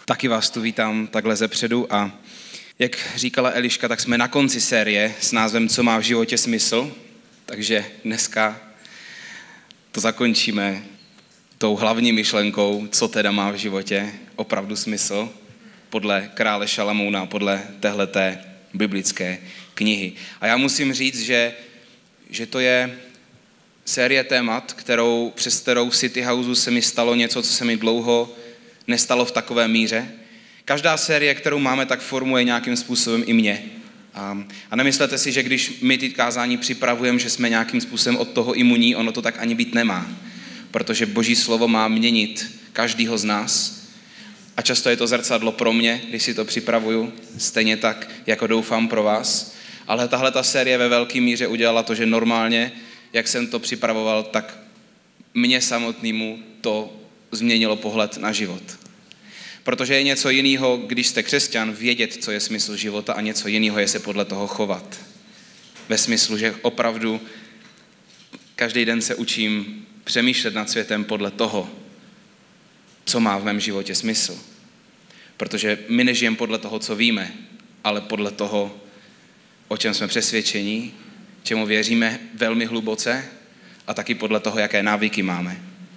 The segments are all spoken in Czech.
Taky vás tu vítám takhle zepředu a jak říkala Eliška, tak jsme na konci série s názvem Co má v životě smysl, takže dneska to zakončíme tou hlavní myšlenkou, co teda má v životě opravdu smysl podle krále Šalamouna, podle téhleté biblické knihy. A já musím říct, že to je série témat, přes kterou v City Houseu se mi stalo něco, co se mi dlouho nestalo v takové míře. Každá série, kterou máme, tak formuje nějakým způsobem i mě. A nemyslete si, že když my ty kázání připravujeme, že jsme nějakým způsobem od toho imunní, ono to tak ani být nemá. Protože Boží slovo má měnit každýho z nás. A často je to zrcadlo pro mě, když si to připravuju, stejně tak, jako doufám pro vás. Ale tahle ta série ve velké míře udělala to, že normálně, jak jsem to připravoval, tak mě samotnému to změnilo pohled na život. Protože je něco jiného, když jste křesťan, vědět, co je smysl života, a něco jiného je se podle toho chovat. Ve smyslu, že opravdu každý den se učím přemýšlet nad světem podle toho, co má v mém životě smysl. Protože my nežijeme podle toho, co víme, ale podle toho, o čem jsme přesvědčení, čemu věříme velmi hluboce a taky podle toho, jaké návyky máme.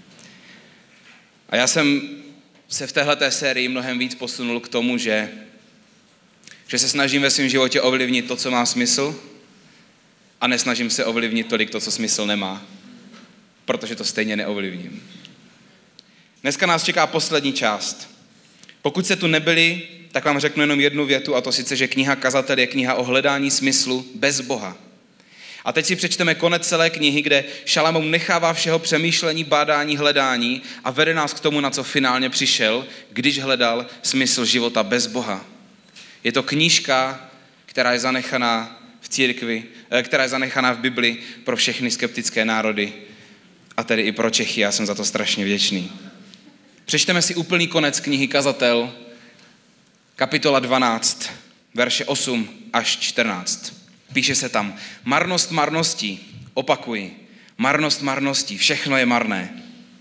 A já jsem se v téhleté sérii mnohem víc posunul k tomu, že se snažím ve svém životě ovlivnit to, co má smysl, a nesnažím se ovlivnit tolik to, co smysl nemá, protože to stejně neovlivním. Dneska nás čeká poslední část. Pokud jste tu nebyli, tak vám řeknu jenom jednu větu, a to sice, že kniha Kazatel je kniha o hledání smyslu bez Boha. A teď si přečteme konec celé knihy, kde Šalamoun nechává všeho přemýšlení, bádání, hledání a vede nás k tomu, na co finálně přišel, když hledal smysl života bez Boha. Je to knížka, která je zanechaná v církvi, která je zanechaná v Bibli pro všechny skeptické národy, a tedy i pro Čechy. Já jsem za to strašně vděčný. Přečteme si úplný konec knihy Kazatel, kapitola 12, verše 8 až 14. Píše se tam: marnost marností, opakuji, marnost marností, všechno je marné.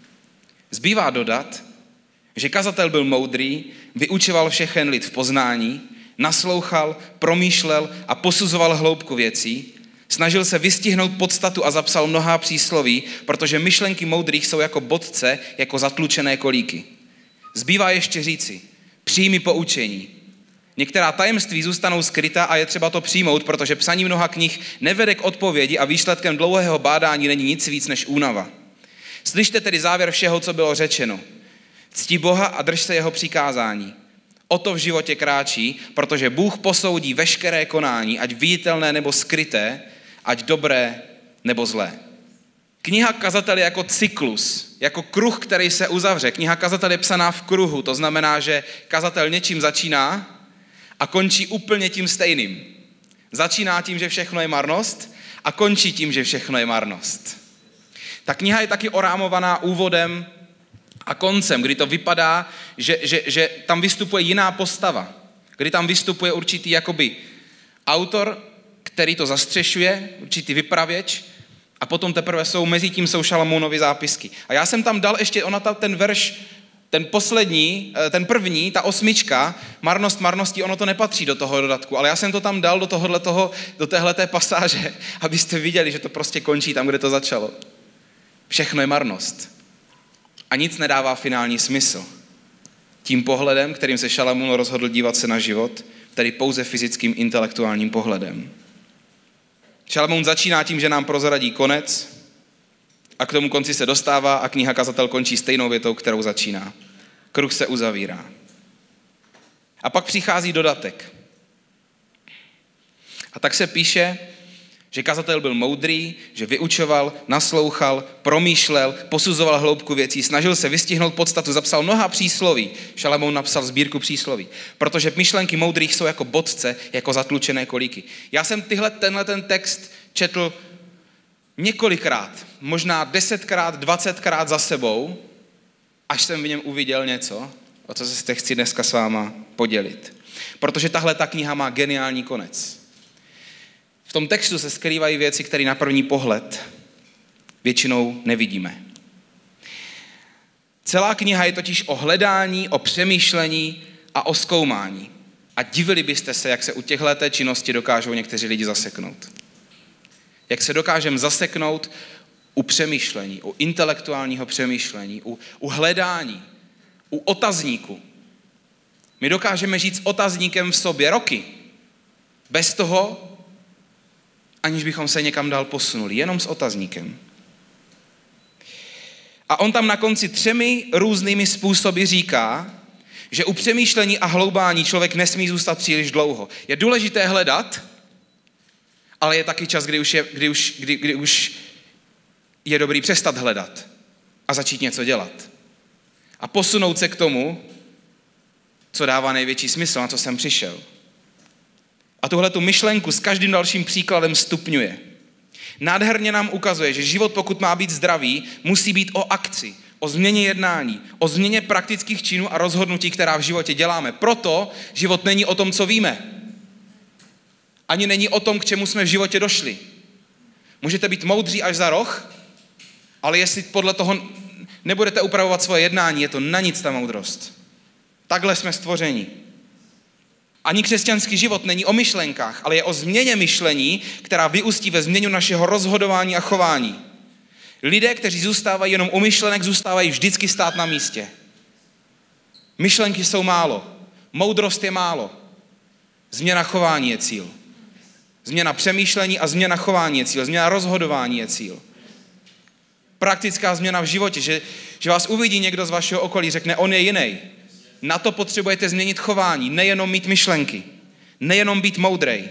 Zbývá dodat, že kazatel byl moudrý, vyučoval všechen lid v poznání, naslouchal, promýšlel a posuzoval hloubku věcí, snažil se vystihnout podstatu a zapsal mnohá přísloví, protože myšlenky moudrých jsou jako bodce, jako zatlučené kolíky. Zbývá ještě říci: přijmi poučení. Některá tajemství zůstanou skrytá a je třeba to přijmout, protože psaní mnoha knih nevede k odpovědi a výsledkem dlouhého bádání není nic víc než únava. Slyšte tedy závěr všeho, co bylo řečeno. Cti Boha a drž se jeho přikázání. O to v životě kráčí, protože Bůh posoudí veškeré konání, ať viditelné nebo skryté, ať dobré nebo zlé. Kniha Kazatel je jako cyklus, jako kruh, který se uzavře. Kniha Kazatel je psaná v kruhu, to znamená, že kazatel něčím začíná a končí úplně tím stejným. Začíná tím, že všechno je marnost, a končí tím, že všechno je marnost. Ta kniha je taky orámovaná úvodem a koncem, kdy to vypadá, že tam vystupuje jiná postava. Kdy tam vystupuje určitý jakoby autor, který to zastřešuje, určitý vypravěč, a potom teprve mezi tím jsou Šalamounovy zápisky. A já jsem tam dal ještě ten verš, ten poslední, ten první, ta 8, marnost marností, ono to nepatří do toho dodatku, ale já jsem to tam dal do téhleté pasáže, abyste viděli, že to prostě končí tam, kde to začalo. Všechno je marnost. A nic nedává finální smysl. Tím pohledem, kterým se Šalamoun rozhodl dívat se na život, tedy pouze fyzickým intelektuálním pohledem. Šalamoun začíná tím, že nám prozradí konec, a k tomu konci se dostává a kniha Kazatel končí stejnou větou, kterou začíná. Kruh se uzavírá. A pak přichází dodatek. A tak se píše, že kazatel byl moudrý, že vyučoval, naslouchal, promýšlel, posuzoval hloubku věcí, snažil se vystihnout podstatu, zapsal mnoha přísloví. Šalamoun napsal sbírku přísloví, protože myšlenky moudrých jsou jako bodce, jako zatlučené kolíky. Já jsem tenhle text četl několikrát, možná 10krát, 20krát za sebou, až jsem v něm uviděl něco, o co se chci dneska s váma podělit. Protože tahle ta kniha má geniální konec. V tom textu se skrývají věci, které na první pohled většinou nevidíme. Celá kniha je totiž o hledání, o přemýšlení a ozkoumání. A divili byste se, jak se u těchto činnosti dokážou někteří lidi zaseknout. Jak se dokážeme zaseknout u přemýšlení, u intelektuálního přemýšlení, u hledání, u otazníku. My dokážeme žít s otazníkem v sobě roky. Bez toho, aniž bychom se někam dál posunuli. Jenom s otazníkem. A on tam na konci 3 různými způsoby říká, že u přemýšlení a hloubání člověk nesmí zůstat příliš dlouho. Je důležité hledat, ale je taky čas, kdy už je dobrý přestat hledat a začít něco dělat. A posunout se k tomu, co dává největší smysl, na co jsem přišel. A tuhletu myšlenku s každým dalším příkladem stupňuje. Nádherně nám ukazuje, že život, pokud má být zdravý, musí být o akci, o změně jednání, o změně praktických činů a rozhodnutí, která v životě děláme. Proto život není o tom, co víme. Ani není o tom, k čemu jsme v životě došli. Můžete být moudří až za roh, ale jestli podle toho nebudete upravovat svoje jednání, je to na nic ta moudrost. Takhle jsme stvořeni. Ani křesťanský život není o myšlenkách, ale je o změně myšlení, která vyústí ve změnu našeho rozhodování a chování. Lidé, kteří zůstávají jenom u myšlenek, zůstávají vždycky stát na místě. Myšlenky jsou málo, moudrost je málo. Změna chování je cíl. Změna přemýšlení a změna chování je cíl. Změna rozhodování je cíl. Praktická změna v životě, že vás uvidí někdo z vašeho okolí, řekne, on je jiný. Na to potřebujete změnit chování, nejenom mít myšlenky, nejenom být moudrej.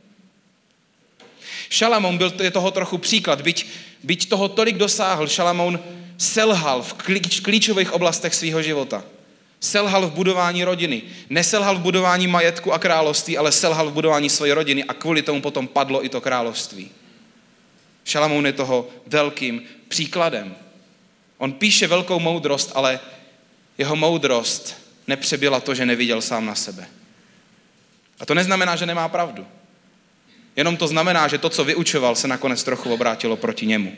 Šalamoun je toho trochu příklad, byť toho tolik dosáhl, Šalamoun selhal v klíčových oblastech svého života. Selhal v budování rodiny. Neselhal v budování majetku a království, ale selhal v budování své rodiny a kvůli tomu potom padlo i to království. Šalamoun je toho velkým příkladem. On píše velkou moudrost, ale jeho moudrost nepřebyla to, že neviděl sám na sebe. A to neznamená, že nemá pravdu. Jenom to znamená, že to, co vyučoval, se nakonec trochu obrátilo proti němu.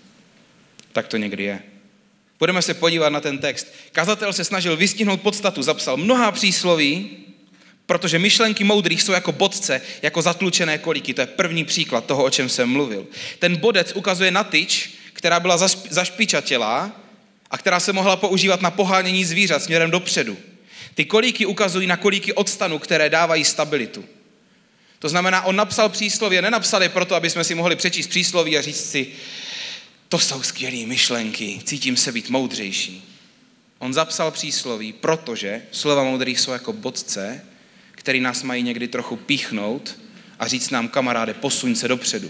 Tak to někdy je. Budeme se podívat na ten text. Kazatel se snažil vystihnout podstatu, zapsal mnohá přísloví, protože myšlenky moudrých jsou jako bodce, jako zatlučené kolíky. To je první příklad toho, o čem jsem mluvil. Ten bodec ukazuje na tyč, která byla zašpičatělá a která se mohla používat na pohánění zvířat směrem dopředu. Ty kolíky ukazují na kolíky odstanu, které dávají stabilitu. To znamená, on napsal přísloví, nenapsal je proto, aby jsme si mohli přečíst přísloví a říct si, to jsou skvělé myšlenky, cítím se být moudřejší. On zapsal přísloví, protože slova moudrých jsou jako bodce, který nás mají někdy trochu píchnout a říct nám, kamaráde, posuň se dopředu.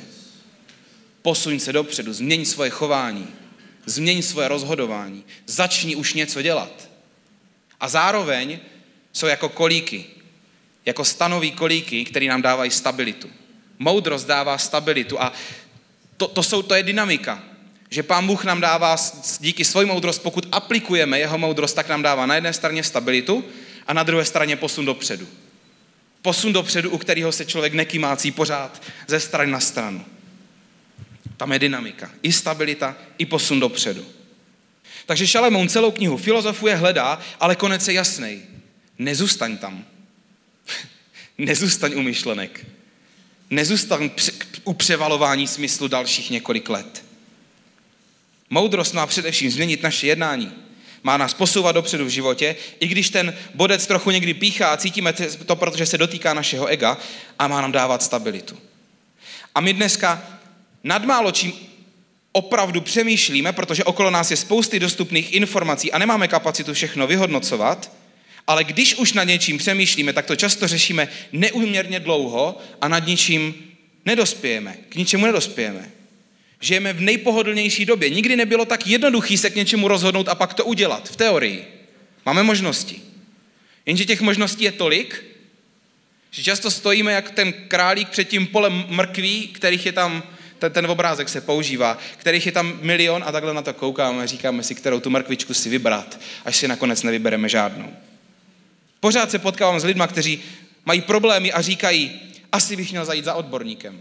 Posuň se dopředu, změň svoje chování, změň svoje rozhodování, začni už něco dělat. A zároveň jsou jako kolíky, jako stanoví kolíky, které nám dávají stabilitu. Moudrost dává stabilitu a to je dynamika. Že Pán Bůh nám dává díky svojí moudrost, pokud aplikujeme jeho moudrost, tak nám dává na jedné straně stabilitu a na druhé straně posun dopředu. Posun dopředu, u kterého se člověk nekymácí pořád ze strany na stranu. Tam je dynamika. I stabilita, i posun dopředu. Takže Šalamoun celou knihu filozofuje, hledá, ale konec je jasný. Nezůstaň tam. Nezůstaň u myšlenek. Nezůstaň u převalování smyslu dalších několik let. Moudrost má především změnit naše jednání. Má nás posouvat dopředu v životě, i když ten bodec trochu někdy píchá a cítíme to, protože se dotýká našeho ega a má nám dávat stabilitu. A my dneska nad málo čím opravdu přemýšlíme, protože okolo nás je spousty dostupných informací a nemáme kapacitu všechno vyhodnocovat, ale když už nad něčím přemýšlíme, tak to často řešíme neúměrně dlouho a nad ničím nedospějeme, k ničemu nedospějeme. Žijeme v nejpohodlnější době. Nikdy nebylo tak jednoduchý se k něčemu rozhodnout a pak to udělat, v teorii. Máme možnosti. Jenže těch možností je tolik, že často stojíme jak ten králík před tím polem mrkví, kterých je tam, ten obrázek se používá, kterých je tam milion a takhle na to koukáme a říkáme si, kterou tu mrkvičku si vybrat, až si nakonec nevybereme žádnou. Pořád se potkávám s lidma, kteří mají problémy a říkají, asi bych měl zajít za odborníkem.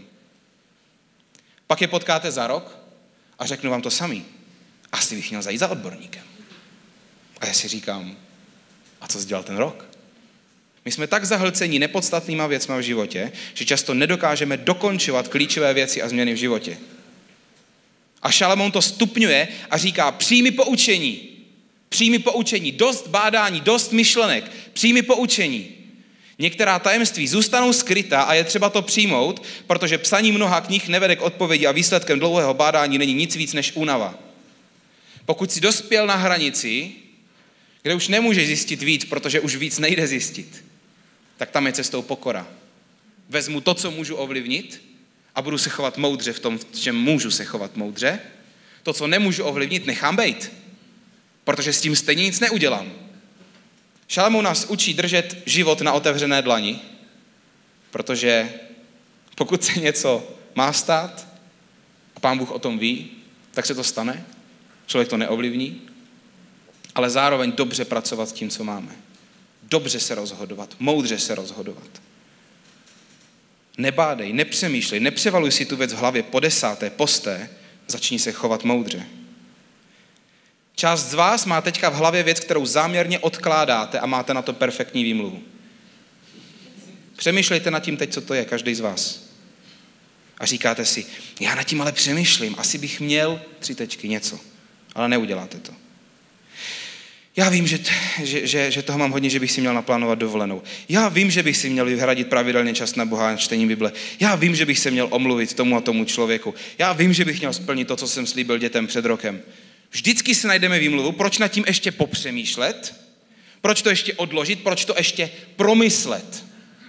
Pak je potkáte za rok a řeknu vám to samý. Asi bych měl zajít za odborníkem. A já si říkám, a co jsi dělal ten rok? My jsme tak zahlcení nepodstatnýma věcma v životě, že často nedokážeme dokončovat klíčové věci a změny v životě. A Šalamoun to stupňuje a říká, přijmi poučení, dost bádání, dost myšlenek, přijmi poučení. Některá tajemství zůstanou skrytá a je třeba to přijmout, protože psaní mnoha knih nevede k odpovědi a výsledkem dlouhého bádání není nic víc než únava. Pokud jsi dospěl na hranici, kde už nemůžeš zjistit víc, protože už víc nejde zjistit, tak tam je cestou pokora. Vezmu to, co můžu ovlivnit a budu se chovat moudře v tom, v čem můžu se chovat moudře. To, co nemůžu ovlivnit, nechám bejt, protože s tím stejně nic neudělám. Šalamoun nás učí držet život na otevřené dlani, protože pokud se něco má stát a Pán Bůh o tom ví, tak se to stane. Člověk to neovlivní, ale zároveň dobře pracovat s tím, co máme. Dobře se rozhodovat, moudře se rozhodovat. Nebádej, nepřemýšlej, nepřevaluj si tu věc v hlavě po 10., po 100, začni se chovat moudře. Část z vás má teďka v hlavě věc, kterou záměrně odkládáte a máte na to perfektní výmluvu. Přemýšlejte nad tím teď, co to je, každý z vás. A říkáte si, já nad tím ale přemýšlím, asi bych měl 3 tečky, něco. Ale neuděláte to. Já vím, že toho mám hodně, že bych si měl naplánovat dovolenou. Já vím, že bych si měl vyhradit pravidelně čas na Boha a čtení Bible. Já vím, že bych se měl omluvit tomu a tomu člověku. Já vím, že bych měl splnit to, co jsem slíbil dětem před rokem. Vždycky si najdeme výmluvu, proč nad tím ještě popřemýšlet, proč to ještě odložit, proč to ještě promyslet.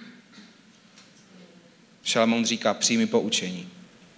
Šalamoun říká, přijmi poučení.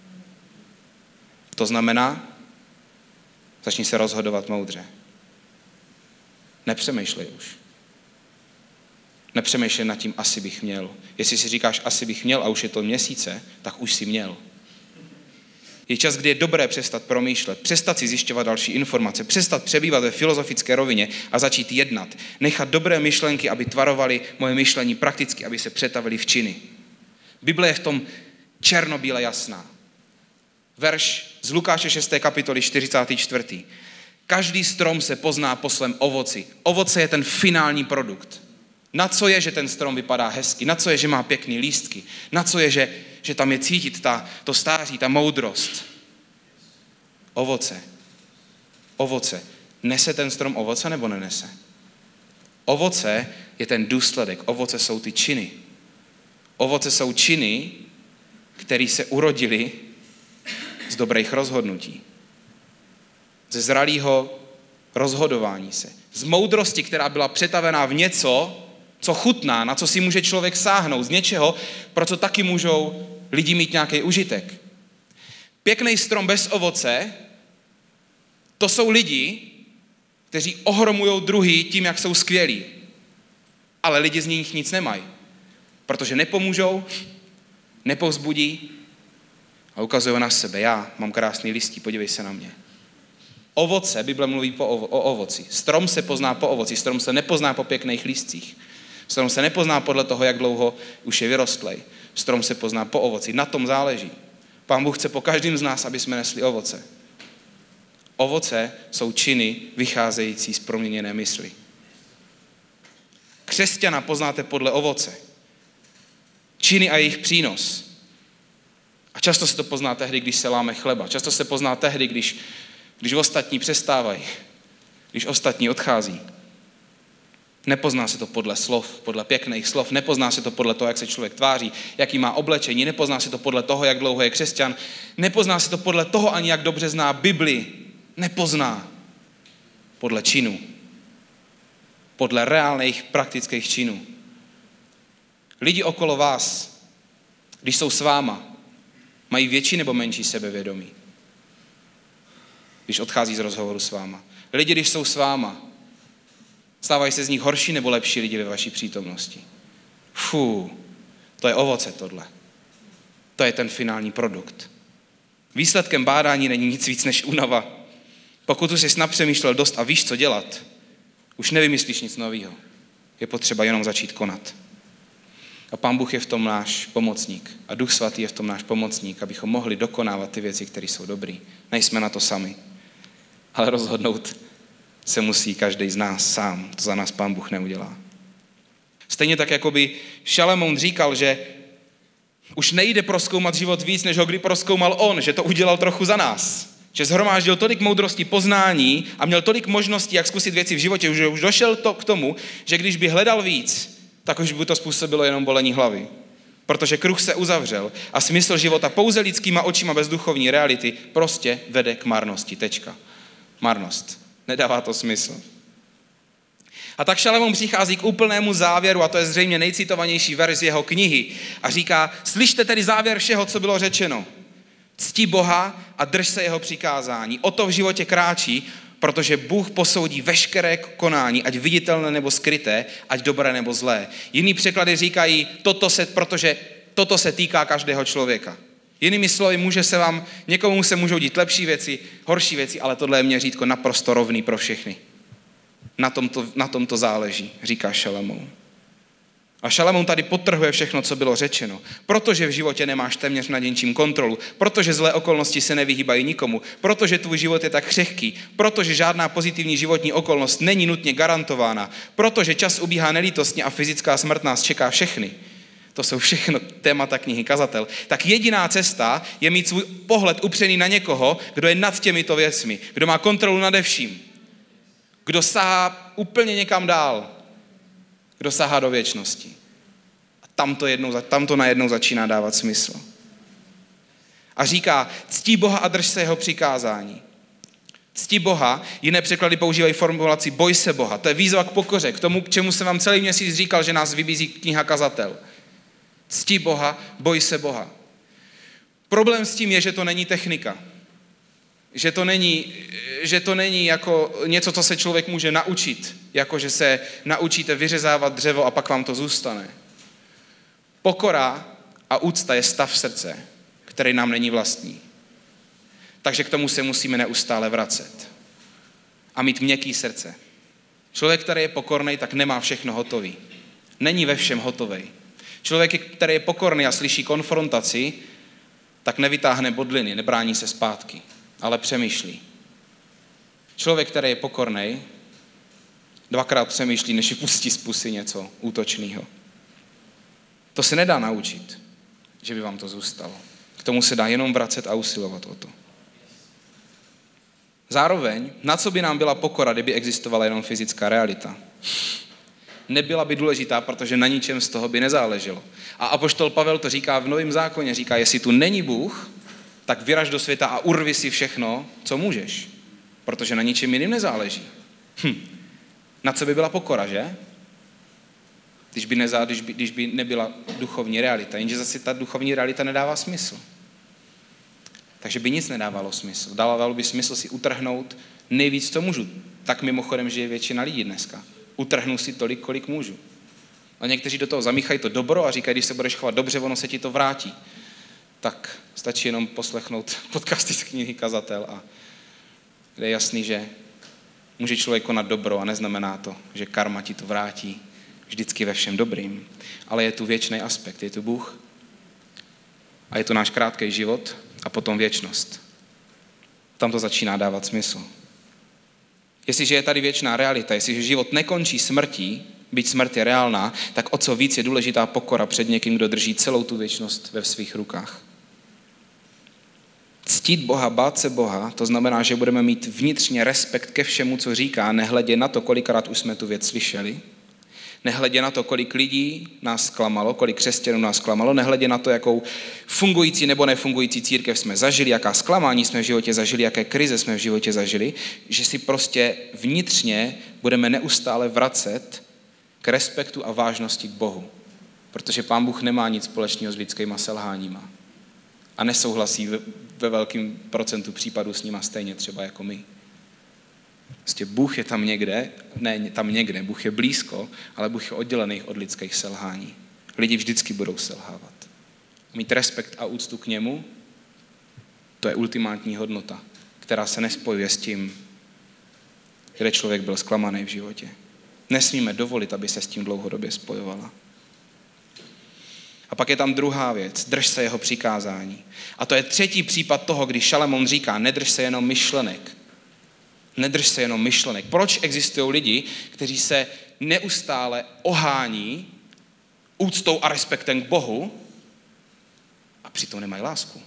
To znamená, začni se rozhodovat moudře. Nepřemýšlej už. Nepřemýšlej nad tím, asi bych měl. Jestli si říkáš, asi bych měl a už je to měsíce, tak už si měl. Je čas, kdy je dobré přestat promýšlet, přestat si zjišťovat další informace, přestat přebývat ve filozofické rovině a začít jednat. Nechat dobré myšlenky, aby tvarovaly moje myšlení prakticky, aby se přetavily v činy. Bible je v tom černobíle jasná. Verš z Lukáše 6. kapitoly 44. Každý strom se pozná po svém ovoci. Ovoce je ten finální produkt. Na co je, že ten strom vypadá hezky? Na co je, že má pěkný lístky? Na co je, že tam je cítit to stáří, ta moudrost? Ovoce. Ovoce. Nese ten strom ovoce nebo nenese? Ovoce je ten důsledek. Ovoce jsou ty činy. Ovoce jsou činy, které se urodily z dobrých rozhodnutí. Ze zralého rozhodování se. Z moudrosti, která byla přetavená v něco, co chutná, na co si může člověk sáhnout, z něčeho, pro co taky můžou lidi mít nějaký užitek. Pěkný strom bez ovoce, to jsou lidi, kteří ohromujou druhý tím, jak jsou skvělí. Ale lidi z nich nic nemají, protože nepomůžou, nepovzbudí a ukazují na sebe. Já mám krásný listí, podívej se na mě. Ovoce, Bible mluví o ovoci. Strom se pozná po ovoci, strom se nepozná po pěkných lístcích. Strom se nepozná podle toho, jak dlouho už je vyrostlej. Strom se pozná po ovoci, na tom záleží. Pán Bůh chce po každém z nás, aby jsme nesli ovoce. Ovoce jsou činy vycházející z proměněné mysli. Křesťana poznáte podle ovoce. Činy a jejich přínos. A často se to pozná tehdy, když se láme chleba. Často se pozná tehdy, když ostatní přestávají, když ostatní odchází. Nepozná se to podle slov, podle pěkných slov, nepozná se to podle toho, jak se člověk tváří, jaký má oblečení, nepozná se to podle toho, jak dlouho je křesťan, nepozná se to podle toho ani, jak dobře zná Bibli, nepozná podle činů, podle reálných praktických činů. Lidi okolo vás, když jsou s váma, mají větší nebo menší sebevědomí, když odchází z rozhovoru s váma. Lidi, když jsou s váma, stávají se z nich horší nebo lepší lidi ve vaší přítomnosti. To je ovoce tohle. To je ten finální produkt. Výsledkem bádání není nic víc než únava. Pokud už jsi napřemýšlel dost a víš, co dělat, už nevymyslíš nic nového. Je potřeba jenom začít konat. A Pán Bůh je v tom náš pomocník. A Duch Svatý je v tom náš pomocník, abychom mohli dokonávat ty věci, které jsou dobrý. Nejsme na to sami. Ale rozhodnout se musí každý z nás sám. To za nás Pán Bůh neudělá. Stejně tak, jako by Šalamoun říkal, že už nejde prozkoumat život víc, než ho kdy prozkoumal on, že to udělal trochu za nás. Že shromáždil tolik moudrosti, poznání a měl tolik možností, jak zkusit věci v životě, že už došel k tomu, že když by hledal víc, tak už by to způsobilo jenom bolení hlavy. Protože kruh se uzavřel a smysl života pouze lidskýma očima bez duchovní reality prostě vede k marnosti. Tečka. Marnost. Nedává to smysl. A tak Šalamoun přichází k úplnému závěru, a to je zřejmě nejcitovanější verz jeho knihy. A říká, slyšte tedy závěr všeho, co bylo řečeno. Cti Boha a drž se jeho přikázání. O to v životě kráčí, protože Bůh posoudí veškeré konání, ať viditelné nebo skryté, ať dobré nebo zlé. Jiný překlady říkají, protože toto se týká každého člověka. Jinými slovy, někomu se můžou dít lepší věci, horší věci, ale tohle je měřítko naprosto rovný pro všechny. Na tom to záleží, říká Šalamoun. A Šalamoun tady podtrhuje všechno, co bylo řečeno. Protože v životě nemáš téměř nad ničím kontrolu, protože zlé okolnosti se nevyhýbají nikomu, protože tvůj život je tak křehký, protože žádná pozitivní životní okolnost není nutně garantována, protože čas ubíhá nelítostně a fyzická smrt nás čeká všechny. To jsou všechno témata knihy Kazatel. Tak jediná cesta je mít svůj pohled upřený na někoho, kdo je nad těmito věcmi, kdo má kontrolu nade vším, kdo sahá úplně někam dál, kdo sahá do věčnosti. A tam to najednou začíná dávat smysl. A říká, ctí Boha a drž se jeho přikázání. Ctí Boha, jiné překlady používají formulaci boj se Boha. To je výzva k pokoře, k tomu, k čemu jsem vám celý měsíc říkal, že nás vybízí kniha Kazatel. Ctí Boha, boj se Boha. Problém s tím je, že to není technika. Že to není jako něco, co se člověk může naučit. Jako, že se naučíte vyřezávat dřevo a pak vám to zůstane. Pokora a úcta je stav srdce, který nám není vlastní. Takže k tomu se musíme neustále vracet. A mít měkký srdce. Člověk, který je pokorný, tak nemá všechno hotový. Není ve všem hotovej. Člověk, který je pokorný a slyší konfrontaci, tak nevytáhne bodliny, nebrání se zpátky, ale přemýšlí. Člověk, který je pokorný, dvakrát přemýšlí, než vypustí z pusy něco útočného. To se nedá naučit, že by vám to zůstalo. K tomu se dá jenom vracet a usilovat o to. Zároveň, na co by nám byla pokora, kdyby existovala jenom fyzická realita? Nebyla by důležitá, protože na ničem z toho by nezáleželo. A apoštol Pavel to říká v Novém zákoně, říká, jestli tu není Bůh, tak vyraž do světa a urvi si všechno, co můžeš, protože na ničem jiným nezáleží. Na co by byla pokora, že? Když by nebyla duchovní realita, jenže zase ta duchovní realita nedává smysl. Takže by nic nedávalo smysl. Dávalo by smysl si utrhnout nejvíc, co můžu. Tak mimochodem žije většina lidí dneska. Utrhnu si tolik, kolik můžu. A někteří do toho zamíchají to dobro a říkají, když se budeš chovat dobře, ono se ti to vrátí. Tak stačí jenom poslechnout podcasty z knihy Kazatel a kde je jasný, že může člověk konat dobro a neznamená to, že karma ti to vrátí vždycky ve všem dobrým. Ale je tu věčný aspekt, je tu Bůh a je tu náš krátký život a potom věčnost. Tam to začíná dávat smysl. Jestliže je tady věčná realita, jestliže život nekončí smrtí, byť smrt je reálná, tak o co víc je důležitá pokora před někým, kdo drží celou tu věčnost ve svých rukách. Ctít Boha, bát se Boha, to znamená, že budeme mít vnitřně respekt ke všemu, co říká, nehledě na to, kolikrát už jsme tu věc slyšeli, nehledě na to, kolik lidí nás zklamalo, kolik křesťanů nás zklamalo, nehledě na to, jakou fungující nebo nefungující církev jsme zažili, jaká zklamání jsme v životě zažili, jaké krize jsme v životě zažili, že si prostě vnitřně budeme neustále vracet k respektu a vážnosti k Bohu. Protože Pán Bůh nemá nic společného s lidskýma selháníma. A nesouhlasí ve velkém procentu případů s nima stejně třeba jako my. Prostě Bůh je tam někde, ne tam někde, Bůh je blízko, ale Bůh je oddělený od lidských selhání. Lidi vždycky budou selhávat. Mít respekt a úctu k němu, to je ultimátní hodnota, která se nespojuje s tím, kde člověk byl zklamaný v životě. Nesmíme dovolit, aby se s tím dlouhodobě spojovala. A pak je tam druhá věc, drž se jeho přikázání. A to je třetí případ toho, kdy Šalamoun říká, nedrž se jenom myšlenek. Nedrž se jenom myšlenek. Proč existují lidi, kteří se neustále ohání úctou a respektem k Bohu a přitom nemají lásku.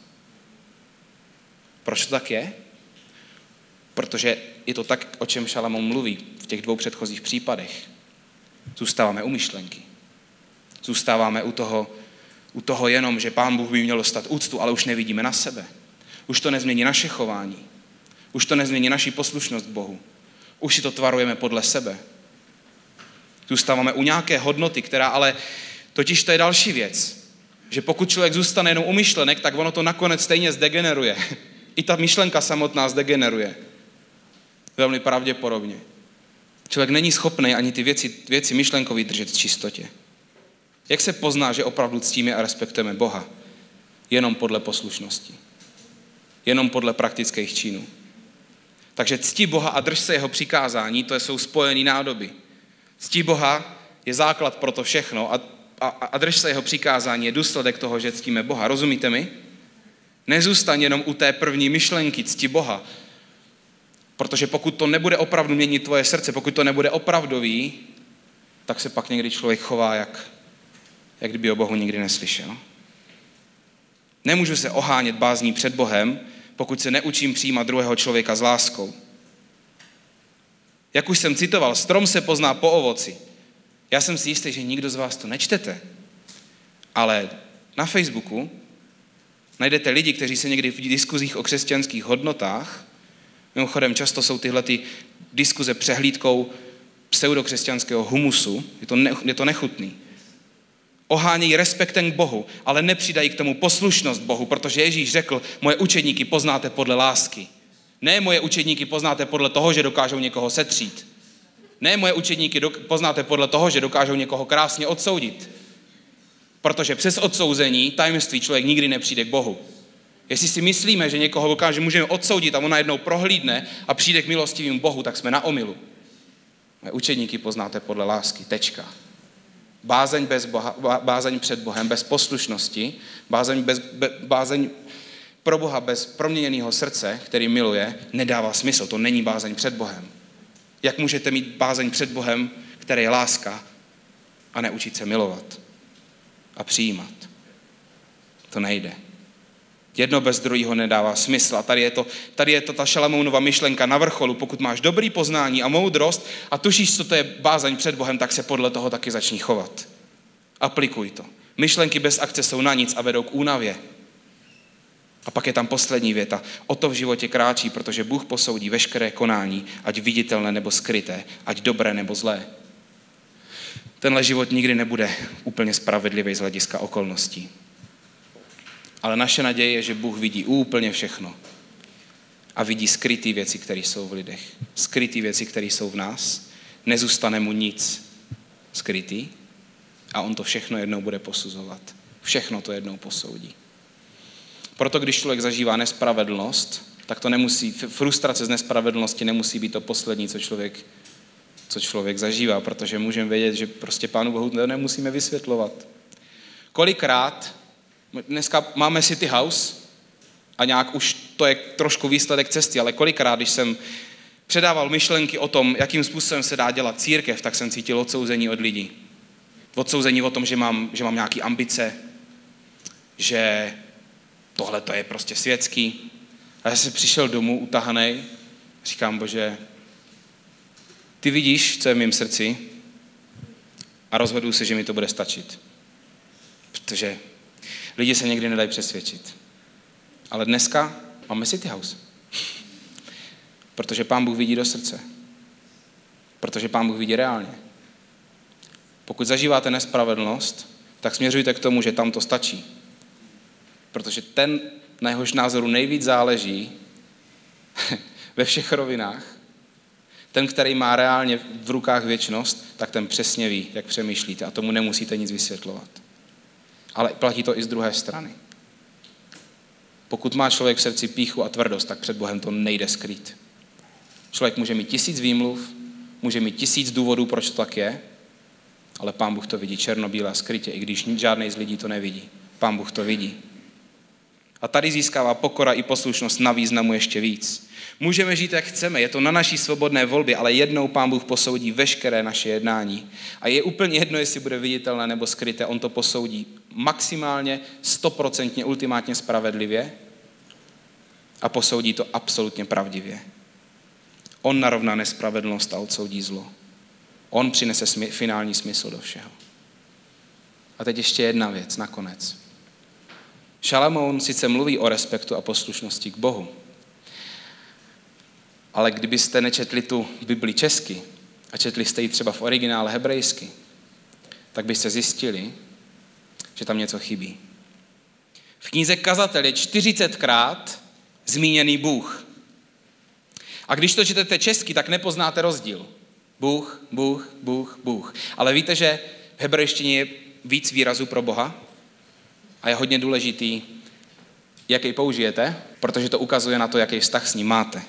Proč to tak je? Protože je to tak, o čem Šalamoun mluví v těch 2 předchozích případech. Zůstáváme u myšlenky. Zůstáváme u toho jenom, že Pán Bůh by měl dostat úctu, ale už nevidíme na sebe. Už to nezmění naše chování. Už to nezmění naši poslušnost Bohu. Už si to tvarujeme podle sebe. Zůstáváme u nějaké hodnoty, která ale, totiž to je další věc, že pokud člověk zůstane jenom u myšlenek, tak ono to nakonec stejně zdegeneruje. I ta myšlenka samotná zdegeneruje. Velmi pravděpodobně. Člověk není schopný ani ty věci myšlenkový držet v čistotě. Jak se pozná, že opravdu ctíme a respektujeme Boha? Jenom podle poslušnosti. Jenom podle praktických činů. Takže cti Boha a drž se jeho přikázání, to jsou spojené nádoby. Cti Boha je základ pro to všechno a drž se jeho přikázání je důsledek toho, že ctíme Boha. Rozumíte mi? Nezůstaň jenom u té první myšlenky cti Boha. Protože pokud to nebude opravdu měnit tvoje srdce, pokud to nebude opravdový, tak se pak někdy člověk chová, jak kdyby o Bohu nikdy neslyšel. Nemůžu se ohánět bázní před Bohem, pokud se neučím přijímat druhého člověka s láskou. Jak už jsem citoval, strom se pozná po ovoci. Já jsem si jistý, že nikdo z vás to nečtete. Ale na Facebooku najdete lidi, kteří se někdy v diskuzích o křesťanských hodnotách, mimochodem často jsou tyhle ty diskuze přehlídkou pseudokřesťanského humusu, je to nechutný. Ohánějí respektem k Bohu, ale nepřidají k tomu poslušnost Bohu, protože Ježíš řekl, moje učedníky poznáte podle lásky. Ne moje učedníky poznáte podle toho, že dokážou někoho setřít. Ne moje učedníky poznáte podle toho, že dokážou někoho krásně odsoudit. Protože přes odsouzení tajemství člověk nikdy nepřijde k Bohu. Jestli si myslíme, že někoho můžeme odsoudit a on najednou prohlídne a přijde k milostivým Bohu, tak jsme na omylu. Moje učedníky poznáte podle lásky. Tečka. Bázeň před Bohem bez poslušnosti, bázeň pro Boha bez proměněného srdce, který miluje, nedává smysl. To není bázeň před Bohem. Jak můžete mít bázeň před Bohem, který je láska, a neučit se milovat a přijímat? To nejde. Jedno bez druhého nedává smysl. A tady je to ta Šalamounova myšlenka na vrcholu. Pokud máš dobrý poznání a moudrost a tušíš, co to je bázeň před Bohem, tak se podle toho taky začni chovat. Aplikuj to. Myšlenky bez akce jsou na nic a vedou k únavě. A pak je tam poslední věta. O to v životě kráčí, protože Bůh posoudí veškeré konání, ať viditelné nebo skryté, ať dobré nebo zlé. Tenhle život nikdy nebude úplně spravedlivý z hlediska okolností. Ale naše naděje je, že Bůh vidí úplně všechno. A vidí skrytý věci, které jsou v lidech. Skrytý věci, které jsou v nás. Nezůstane mu nic skrytý. A on to všechno jednou bude posuzovat. Všechno to jednou posoudí. Proto když člověk zažívá nespravedlnost, tak to nemusí, frustrace z nespravedlnosti nemusí být to poslední, co člověk zažívá, protože můžeme vědět, že prostě Pánu Bohu to nemusíme vysvětlovat. Kolikrát, dneska máme City House a nějak už to je trošku výsledek cesty, ale kolikrát, když jsem předával myšlenky o tom, jakým způsobem se dá dělat církev, tak jsem cítil odsouzení od lidí. Odsouzení o tom, že mám nějaké ambice, že tohle to je prostě světský. A já jsem přišel domů utahanej, říkám, Bože, ty vidíš, co je v mém srdci a rozhoduju se, že mi to bude stačit. Protože lidi se někdy nedají přesvědčit. Ale dneska máme City House. Protože Pán Bůh vidí do srdce. Protože Pán Bůh vidí reálně. Pokud zažíváte nespravedlnost, tak směřujte k tomu, že tam to stačí. Protože ten, na jehož názoru nejvíc záleží ve všech rovinách, ten, který má reálně v rukách věčnost, tak ten přesně ví, jak přemýšlíte a tomu nemusíte nic vysvětlovat. Ale platí to i z druhé strany. Pokud má člověk v srdci pýchu a tvrdost, tak před Bohem to nejde skrýt. Člověk může mít 1000 výmluv, může mít 1000 důvodů, proč to tak je, ale Pán Bůh to vidí černobíle a skrytě, i když žádnej z lidí to nevidí. Pán Bůh to vidí. A tady získává pokora i poslušnost na významu ještě víc. Můžeme žít, jak chceme, je to na naší svobodné volbě, ale jednou Pán Bůh posoudí veškeré naše jednání. A je úplně jedno, jestli bude viditelné nebo skryté, on to posoudí maximálně, 100%, ultimátně spravedlivě a posoudí to absolutně pravdivě. On narovná nespravedlnost a odsoudí zlo. On přinese finální smysl do všeho. A teď ještě jedna věc nakonec. Šalamoun sice mluví o respektu a poslušnosti k Bohu, ale kdybyste nečetli tu Bibli česky a četli jste ji třeba v originále hebrejsky, tak byste zjistili, že tam něco chybí. V knize Kazatel je 40krát zmíněný Bůh. A když to čtete česky, tak nepoznáte rozdíl. Bůh, Bůh, Bůh, Bůh. Ale víte, že v hebrejštině je víc výrazů pro Boha a je hodně důležitý, jaký použijete, protože to ukazuje na to, jaký vztah s ním máte.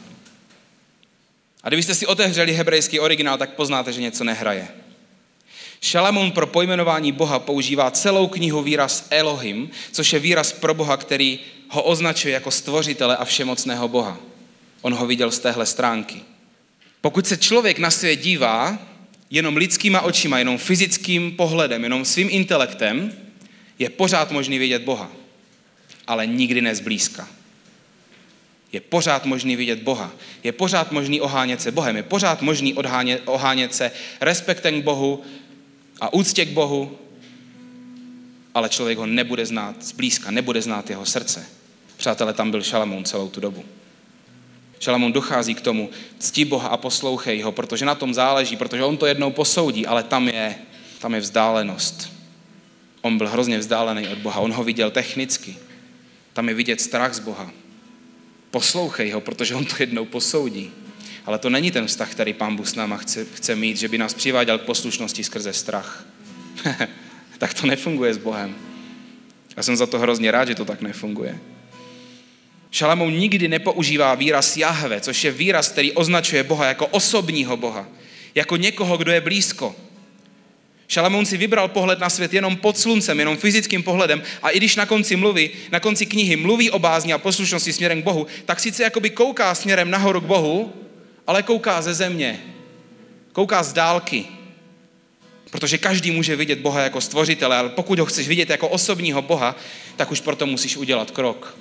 A kdybyste si otevřeli hebrejský originál, tak poznáte, že něco nehraje. Šalamoun pro pojmenování Boha používá celou knihu výraz Elohim, což je výraz pro Boha, který ho označuje jako stvořitele a všemocného Boha. On ho viděl z téhle stránky. Pokud se člověk na svět dívá jenom lidskýma očima, jenom fyzickým pohledem, jenom svým intelektem, je pořád možný vidět Boha, ale nikdy ne zblízka. Je pořád možný vidět Boha. Je pořád možný ohánět se Bohem. Je pořád možný ohánět se respektem k Bohu a úctě k Bohu, ale člověk ho nebude znát zblízka, nebude znát jeho srdce. Přátelé, tam byl Šalamoun celou tu dobu. Šalamoun dochází k tomu, cti Boha a poslouchej ho, protože na tom záleží, protože on to jednou posoudí, ale tam je vzdálenost. On byl hrozně vzdálený od Boha, on ho viděl technicky. Tam je vidět strach z Boha. Poslouchej ho, protože on to jednou posoudí. Ale to není ten vztah, který Pán Bůh s náma chce mít, že by nás přiváděl k poslušnosti skrze strach. Tak to nefunguje s Bohem. Já jsem za to hrozně rád, že to tak nefunguje. Šalamoun nikdy nepoužívá výraz Jahve, což je výraz, který označuje Boha jako osobního Boha, jako někoho, kdo je blízko. Šalamoun si vybral pohled na svět jenom pod sluncem, jenom fyzickým pohledem a i když na konci knihy mluví o bázni a poslušnosti směrem k Bohu, tak sice jakoby kouká směrem nahoru k Bohu, ale kouká ze země, kouká z dálky. Protože každý může vidět Boha jako stvořitele, ale pokud ho chceš vidět jako osobního Boha, tak už proto musíš udělat krok.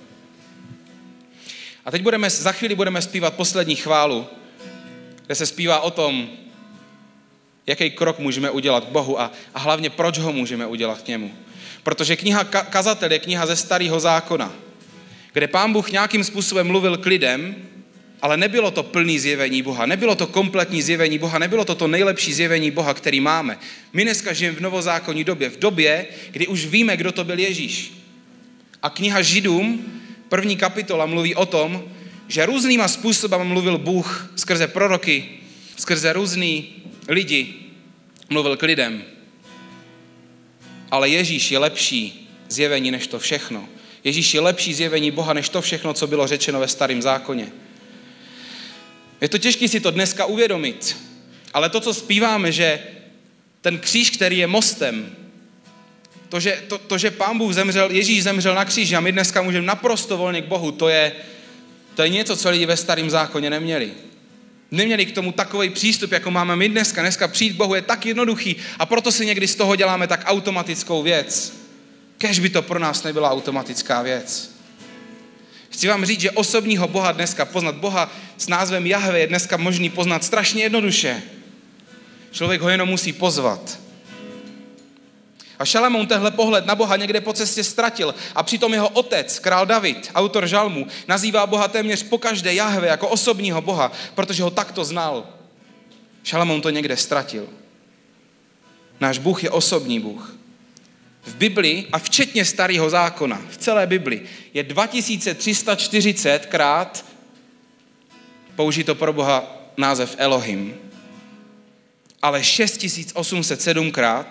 A teď za chvíli budeme zpívat poslední chválu, kde se zpívá o tom, jaký krok můžeme udělat k Bohu a hlavně proč ho můžeme udělat k němu. Protože kniha Kazatel je kniha ze Starého zákona, kde Pán Bůh nějakým způsobem mluvil k lidem, ale nebylo to plný zjevení Boha, nebylo to kompletní zjevení Boha, nebylo to nejlepší zjevení Boha, který máme. My dneska žijeme v novozákonní době, v době, kdy už víme, kdo to byl Ježíš. A kniha Židům, 1. kapitola, mluví o tom, že různýma způsoby mluvil Bůh skrze proroky, skrze různý lidi, mluvil k lidem. Ale Ježíš je lepší zjevení než to všechno. Ježíš je lepší zjevení Boha než to všechno, co bylo řečeno ve Starém zákoně. Je to těžké si to dneska uvědomit, ale to, co zpíváme, že ten kříž, který je mostem, to, že Pán Bůh zemřel, Ježíš zemřel na kříži a my dneska můžeme naprosto volně k Bohu, to je něco, co lidi ve Starém zákoně neměli. Neměli k tomu takový přístup, jako máme my dneska. Dneska přijít k Bohu je tak jednoduchý a proto si někdy z toho děláme tak automatickou věc. Kéž by to pro nás nebyla automatická věc. Chci vám říct, že osobního Boha dneska, poznat Boha s názvem Jahve je dneska možný poznat strašně jednoduše. Člověk ho jenom musí pozvat. A Šalamoun tenhle pohled na Boha někde po cestě ztratil a přitom jeho otec, král David, autor žalmu, nazývá Boha téměř pokaždé Jahve jako osobního Boha, protože ho takto znal. Šalamoun to někde ztratil. Náš Bůh je osobní Bůh. V Biblii a včetně Starého zákona, v celé Biblii, je 2340krát použito pro Boha název Elohim, ale 6807krát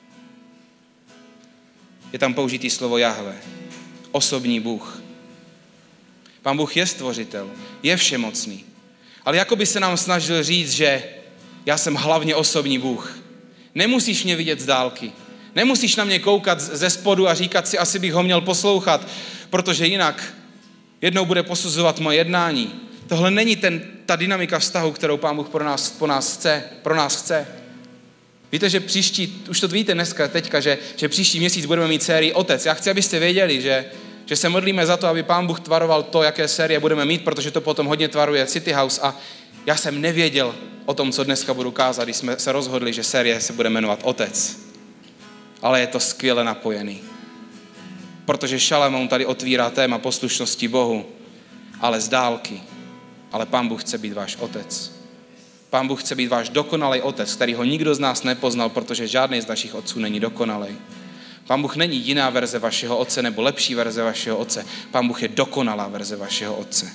je tam použitý slovo Jahve, osobní Bůh. Pán Bůh je stvořitel, je všemocný, ale jako by se nám snažil říct, že já jsem hlavně osobní Bůh. Nemusíš mě vidět z dálky, Nemusíš na mě koukat ze spodu a říkat si, asi bych ho měl poslouchat, protože jinak jednou bude posuzovat moje jednání. Tohle není ta dynamika vztahu, kterou Pán Bůh pro nás chce. Víte, že už to víte dneska, teďka, že příští měsíc budeme mít sérii Otec. Já chci, abyste věděli, že se modlíme za to, aby Pán Bůh tvaroval to, jaké série budeme mít, protože to potom hodně tvaruje City House a já jsem nevěděl o tom, co dneska budu kázat, když jsme se rozhodli, že série se bude jmenovat Otec. Ale je to skvěle napojený. Protože Šalamoun tady otvírá téma poslušnosti Bohu, ale z dálky. Ale Pán Bůh chce být váš otec. Pán Bůh chce být váš dokonalý otec, který ho nikdo z nás nepoznal, protože žádný z našich otců není dokonalý. Pán Bůh není jiná verze vašeho otce nebo lepší verze vašeho otce. Pán Bůh je dokonalá verze vašeho otce.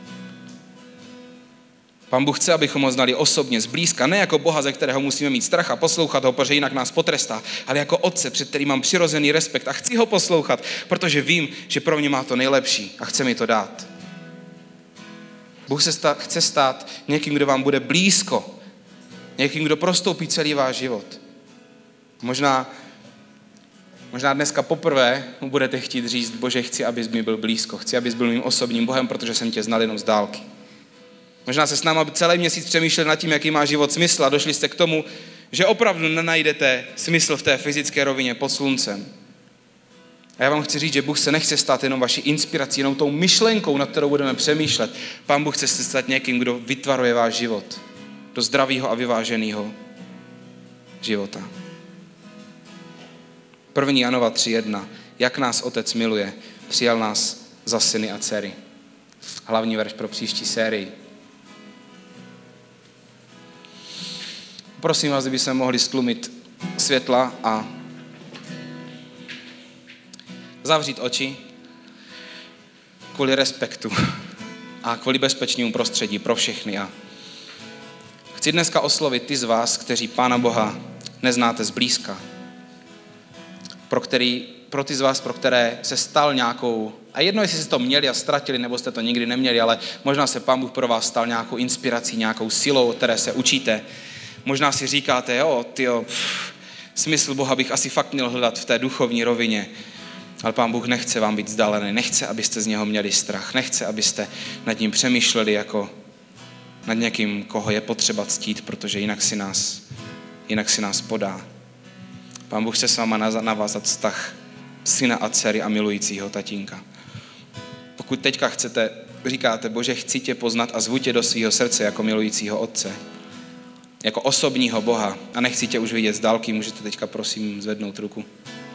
Pán Bůh chce, abychom ho znali osobně, zblízka, ne jako Boha, ze kterého musíme mít strach a poslouchat ho, protože jinak nás potrestá, ale jako otce, před kterým mám přirozený respekt a chci ho poslouchat, protože vím, že pro mě má to nejlepší a chce mi to dát. Bůh se chce stát někým, kdo vám bude blízko, někým, kdo prostoupí celý váš život. Možná dneska poprvé mu budete chtít říct, Bože, chci, abys mi byl blízko, chci, abys byl mým osobním Bohem, protože jsem tě znal jenom z dálky. Možná se s náma celý měsíc přemýšleli nad tím, jaký má život smysl a došli jste k tomu, že opravdu nenajdete smysl v té fyzické rovině pod sluncem. A já vám chci říct, že Bůh se nechce stát jenom vaší inspirací, jenom tou myšlenkou, nad kterou budeme přemýšlet. Pán Bůh chce se stát někým, kdo vytvaruje váš život do zdravého a vyváženého života. 1. Janova 3.1. Jak nás Otec miluje, přijal nás za syny a dcery. Hlavní verš pro příští sérii. Prosím vás, kdybychom mohli stlumit světla a zavřít oči kvůli respektu a kvůli bezpečnému prostředí pro všechny. A chci dneska oslovit ty z vás, kteří Pána Boha neznáte zblízka. Pro ty z vás, pro které se stal nějakou, a jedno, jestli jste to měli a ztratili, nebo jste to nikdy neměli, ale možná se Pán Bůh pro vás stal nějakou inspirací, nějakou silou, o které se učíte. Možná si říkáte, smysl Boha bych asi fakt měl hledat v té duchovní rovině. Ale Pán Bůh nechce vám být vzdálený, nechce, abyste z něho měli strach, nechce, abyste nad ním přemýšleli jako nad někým, koho je potřeba ctít, protože jinak si nás podá. Pán Bůh chce s váma navázat vztah syna a dcery a milujícího tatínka. Pokud teďka říkáte, Bože, chci tě poznat a zvu tě do svého srdce jako milujícího otce, jako osobního Boha a nechci tě už vidět z dálky, můžete teďka prosím zvednout ruku.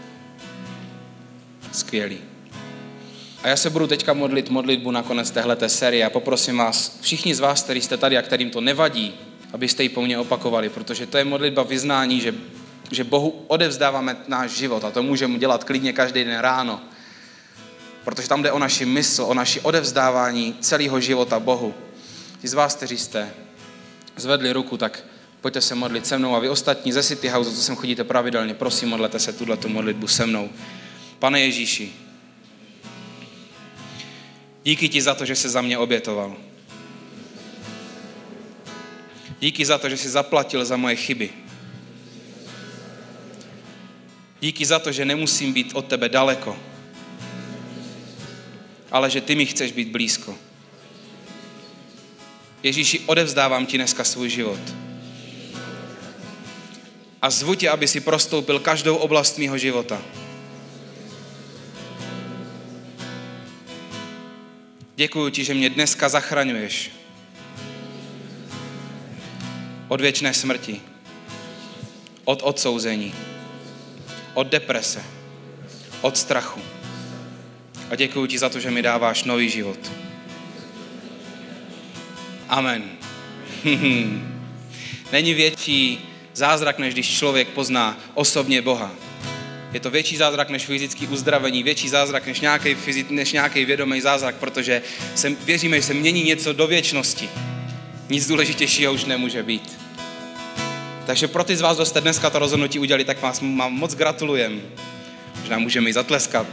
Skvělý. A já se budu teďka modlit modlitbu na konec téhleté série a poprosím vás, všichni z vás, kteří jste tady a kterým to nevadí, abyste ji po mně opakovali, protože to je modlitba vyznání, že Bohu odevzdáváme náš život a to můžeme dělat klidně každý den ráno, protože tam jde o naši mysl, o naši odevzdávání celého života Bohu. Ti z vás, kteří jste zvedli ruku, tak pojďte se modlit se mnou a vy ostatní ze City House, co sem chodíte pravidelně, prosím, modlete se tuhletu modlitbu se mnou. Pane Ježíši, díky ti za to, že jsi za mě obětoval. Díky za to, že jsi zaplatil za moje chyby. Díky za to, že nemusím být od tebe daleko, ale že ty mi chceš být blízko. Ježíši, odevzdávám ti dneska svůj život. A zvu tě, aby si prostoupil každou oblast mýho života. Děkuju ti, že mě dneska zachraňuješ od věčné smrti, od odsouzení, od deprese, od strachu. A děkuju ti za to, že mi dáváš nový život. Amen. Není větší zázrak, než když člověk pozná osobně Boha. Je to větší zázrak než fyzický uzdravení, větší zázrak než nějaký vědomý zázrak, protože věříme, že se mění něco do věčnosti. Nic důležitějšího už nemůže být. Takže pro ty z vás, kdo jste dneska to rozhodnutí udělali, tak vás moc gratulujem. Možná můžeme jí zatleskat.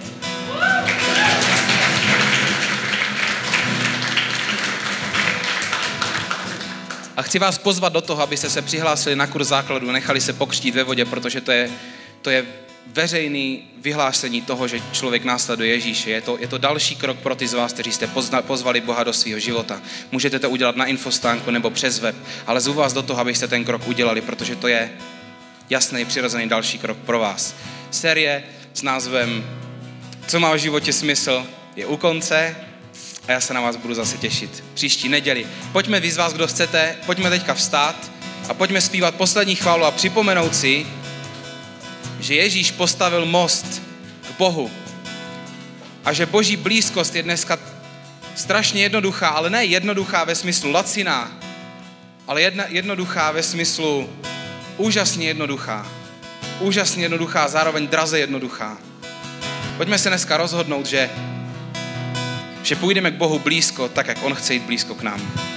A chci vás pozvat do toho, abyste se přihlásili na kurz základu, nechali se pokřtít ve vodě, protože to je veřejný vyhlášení toho, že člověk následuje Ježíše. Je to další krok pro ty z vás, kteří jste pozvali Boha do svého života. Můžete to udělat na infostánku nebo přes web, ale zvu vás do toho, abyste ten krok udělali, protože to je jasný, přirozený další krok pro vás. Série s názvem Co má v životě smysl je u konce a já se na vás budu zase těšit příští neděli. Pojďme vy z vás, kdo chcete, pojďme teďka vstát a pojďme zpívat poslední chválu a připomenout si, že Ježíš postavil most k Bohu a že Boží blízkost je dneska strašně jednoduchá, ale ne jednoduchá ve smyslu laciná, ale jednoduchá ve smyslu úžasně jednoduchá. Úžasně jednoduchá, zároveň draze jednoduchá. Pojďme se dneska rozhodnout, že půjdeme k Bohu blízko, tak jak on chce jít blízko k nám.